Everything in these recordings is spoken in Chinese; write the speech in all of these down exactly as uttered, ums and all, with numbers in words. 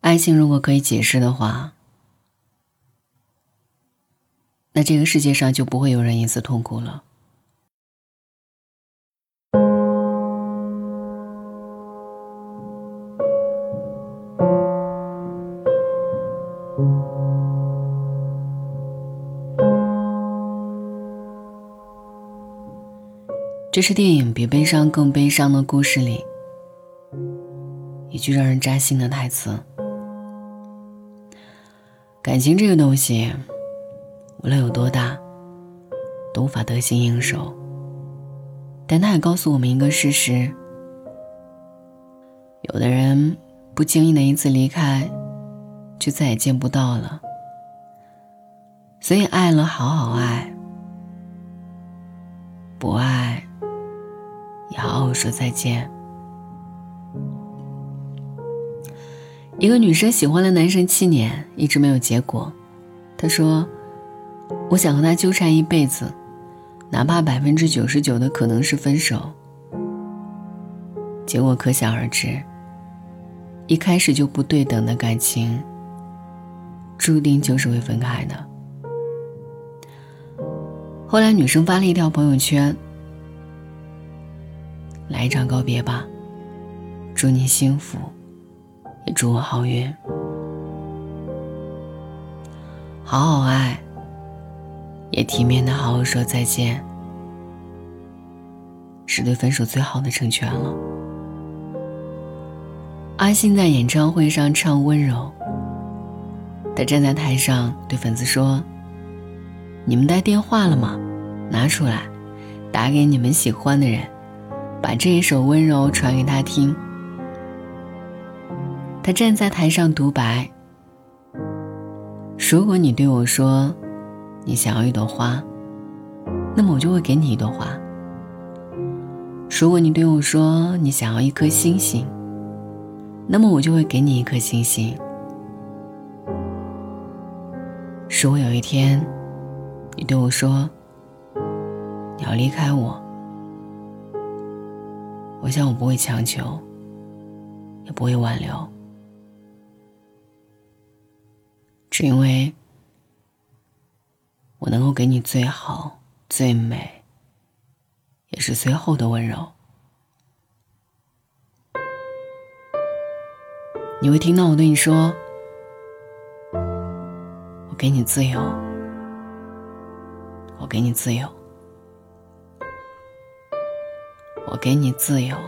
爱情如果可以解释的话，那这个世界上就不会有人因此痛苦了。这是电影《比悲伤更悲伤的故事》里一句让人扎心的台词。感情这个东西，无论有多大，都无法得心应手。但它也告诉我们一个事实：有的人不经意的一次离开，就再也见不到了。所以爱了好好爱，不爱也好好说再见。一个女生喜欢了男生七年，一直没有结果。她说，我想和他纠缠一辈子，哪怕百分之九十九的可能是分手。结果可想而知，一开始就不对等的感情，注定就是会分开的。后来女生发了一条朋友圈，来一场告别吧，祝你幸福，也祝我好运。好好爱，也体面的好好说再见，是对分手最好的成全了。阿信在演唱会上唱《温柔》，他站在台上对粉丝说，你们带电话了吗？拿出来，打给你们喜欢的人，把这一首温柔传给他听。他站在台上独白，如果你对我说你想要一朵花，那么我就会给你一朵花。如果你对我说你想要一颗星星，那么我就会给你一颗星星。如果有一天你对我说你要离开我，我想我不会强求，也不会挽留，只因为我能够给你最好最美也是最后的温柔。你会听到我对你说，我给你自由，我给你自由，我给你自由，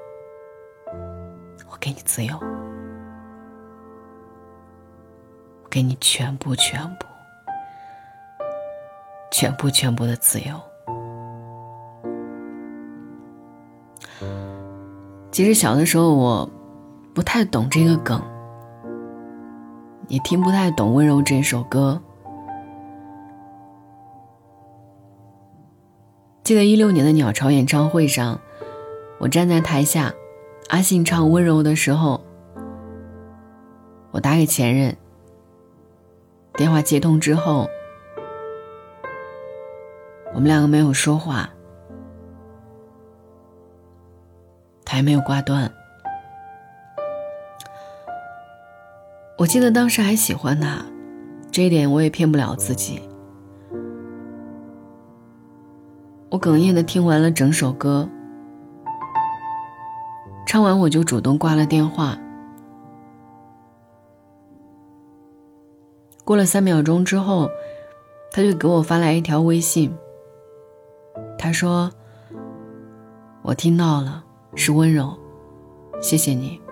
我给你自由，我给你全部全部全部全部的自由。其实小的时候我不太懂这个梗，也听不太懂《温柔》这首歌。记得一六年的鸟巢演唱会上，我站在台下，阿信唱《温柔》的时候，我打给前任，电话接通之后，我们两个没有说话，他还没有挂断。我记得当时还喜欢他，这一点我也骗不了自己。我哽咽地听完了整首歌，唱完我就主动挂了电话。过了三秒钟之后，他就给我发来一条微信，他说，我听到了，是温柔，谢谢你。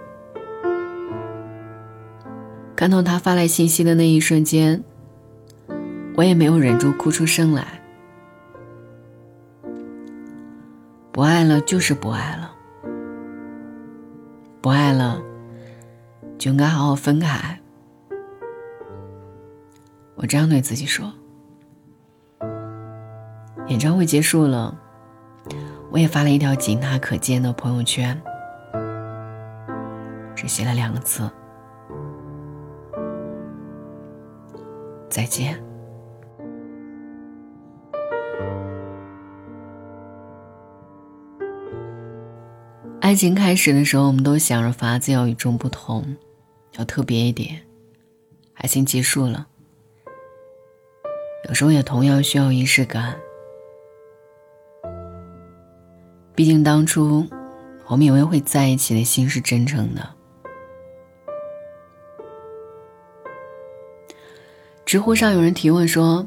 看到他发来信息的那一瞬间，我也没有忍住哭出声来。不爱了就是不爱了，不爱了就应该好好分开。我这样对自己说。演唱会结束了，我也发了一条仅他可见的朋友圈，只写了两个字，再见。爱情开始的时候，我们都想着法子要与众不同， 要特别一点，还行结束了。有时候也同样需要仪式感，毕竟当初我们以为会在一起的心是真诚的。知乎上有人提问说，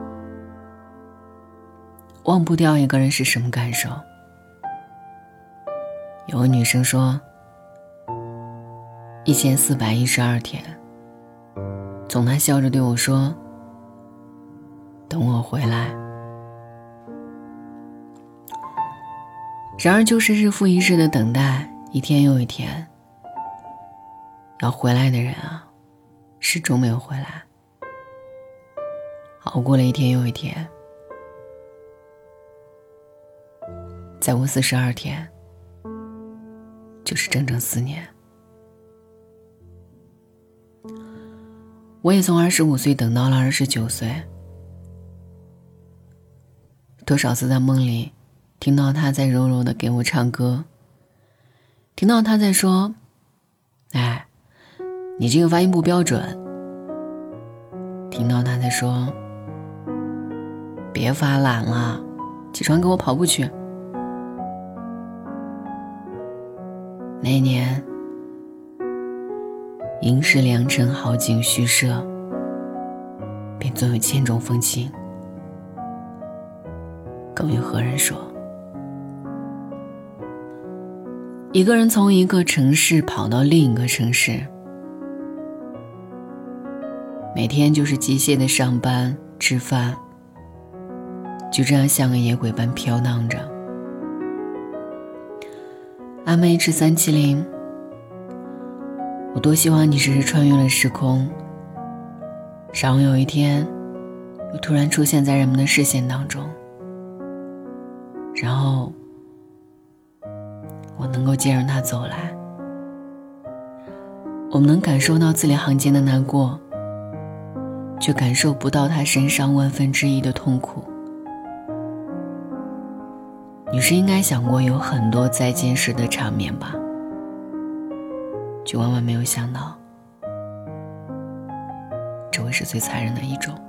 忘不掉一个人是什么感受？有个女生说，一千四百一十二天，总她笑着对我说，等我回来。然而就是日复一日的等待，一天又一天，要回来的人啊，始终没有回来。熬过了一天又一天，再过四十二天，就是整整四年。我也从二十五岁等到了二十九岁，多少次在梦里听到他在柔柔地给我唱歌，听到他在说，哎，你这个发音不标准，听到他在说，别发懒了，起床给我跑步去。那一年，应是良辰好景虚设，便总有千种风情，更与何人说？一个人从一个城市跑到另一个城市，每天就是机械的上班吃饭，就这样像个野鬼般飘荡着。M H 三七零，我多希望你只是穿越了时空，然后有一天又突然出现在人们的视线当中，然后我能够见着他走来，我们能感受到字里行间的难过，却感受不到他身上万分之一的痛苦。你是应该想过有很多再见时的场面吧，却万万没有想到，这会是最残忍的一种。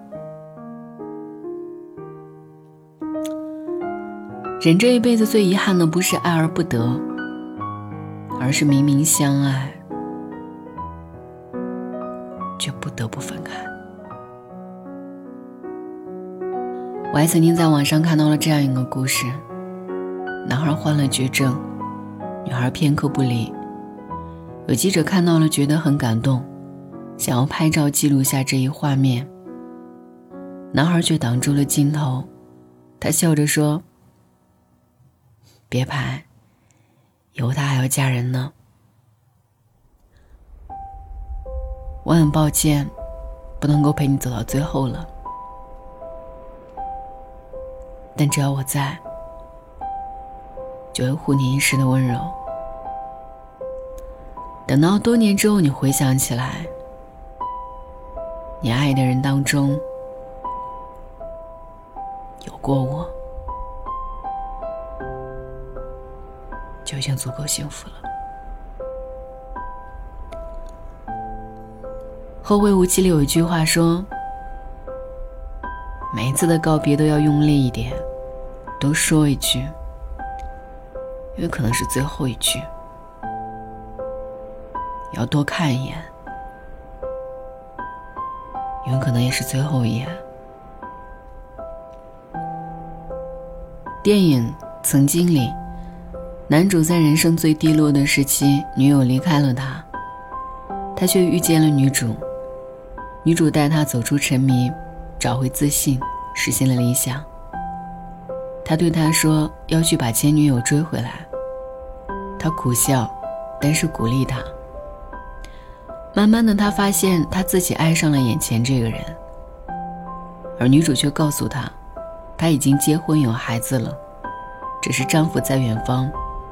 人这一辈子最遗憾的不是爱而不得，而是明明相爱，却不得不分开。我还曾经在网上看到了这样一个故事，男孩患了绝症，女孩片刻不离。有记者看到了觉得很感动，想要拍照记录下这一画面，男孩却挡住了镜头，他笑着说，别拍，以后他还要嫁人呢。我很抱歉不能够陪你走到最后了，但只要我在，就会护你一世的温柔。等到多年之后你回想起来，你爱的人当中有过我，就已经足够幸福了。后会无期里有一句话说，每一次的告别都要用力一点，多说一句，因为可能是最后一句，要多看一眼，因为可能也是最后一眼。电影《曾经》里，男主在人生最低落的时期，女友离开了他，他却遇见了女主，女主带他走出沉迷，找回自信，实现了理想。他对他说要去把前女友追回来，他苦笑，但是鼓励他。慢慢的，他发现他自己爱上了眼前这个人，而女主却告诉他，他已经结婚有孩子了，只是丈夫在远方。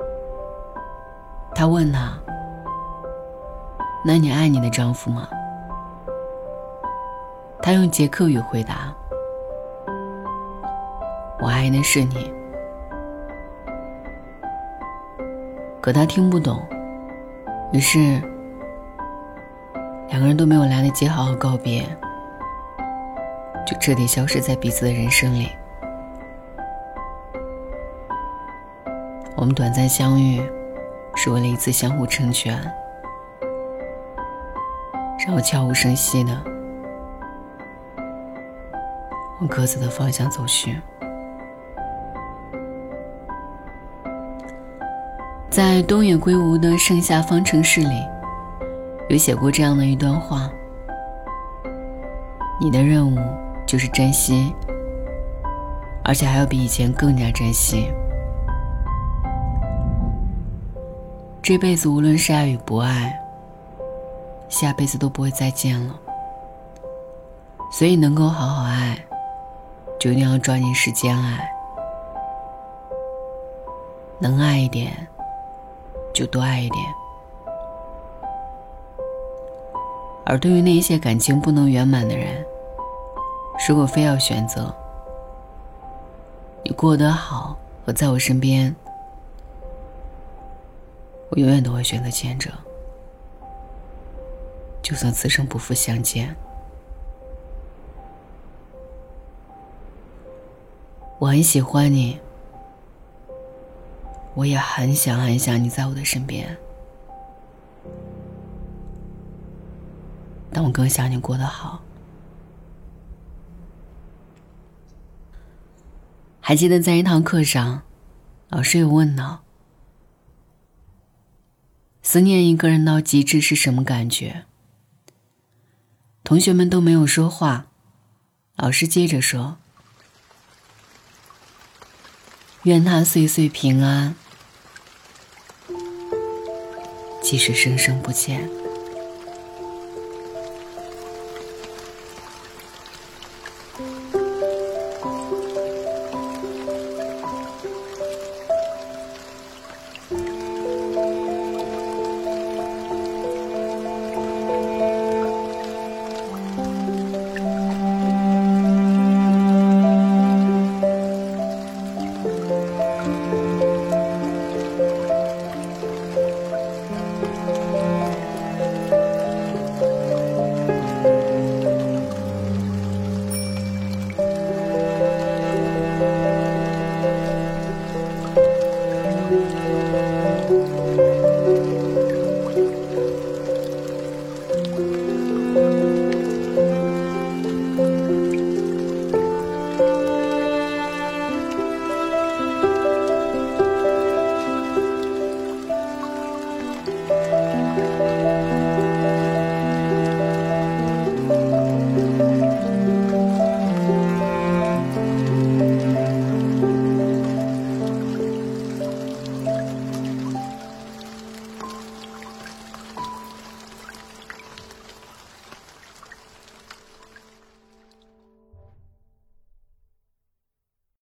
他问他，那你爱你的丈夫吗？他用捷克语回答，我爱的是你。可他听不懂，于是两个人都没有来得及好好告别，就彻底消失在彼此的人生里。我们短暂相遇，是为了一次相互成全，然后悄无声息的往各自的方向走去。在东野圭吾的《盛夏方程式》里，有写过这样的一段话：你的任务就是珍惜，而且还要比以前更加珍惜。这辈子无论是爱与不爱，下辈子都不会再见了，所以能够好好爱，就一定要抓紧时间爱，能爱一点就多爱一点。而对于那些感情不能圆满的人，如果非要选择，你过得好和在我身边，我永远都会选择前者，就算此生不复相见。我很喜欢你，我也很想很想你在我的身边，但我更想你过得好。还记得在一堂课上，老师有问到，思念一个人到极致是什么感觉？同学们都没有说话，老师接着说，愿他岁岁平安，即使生生不见。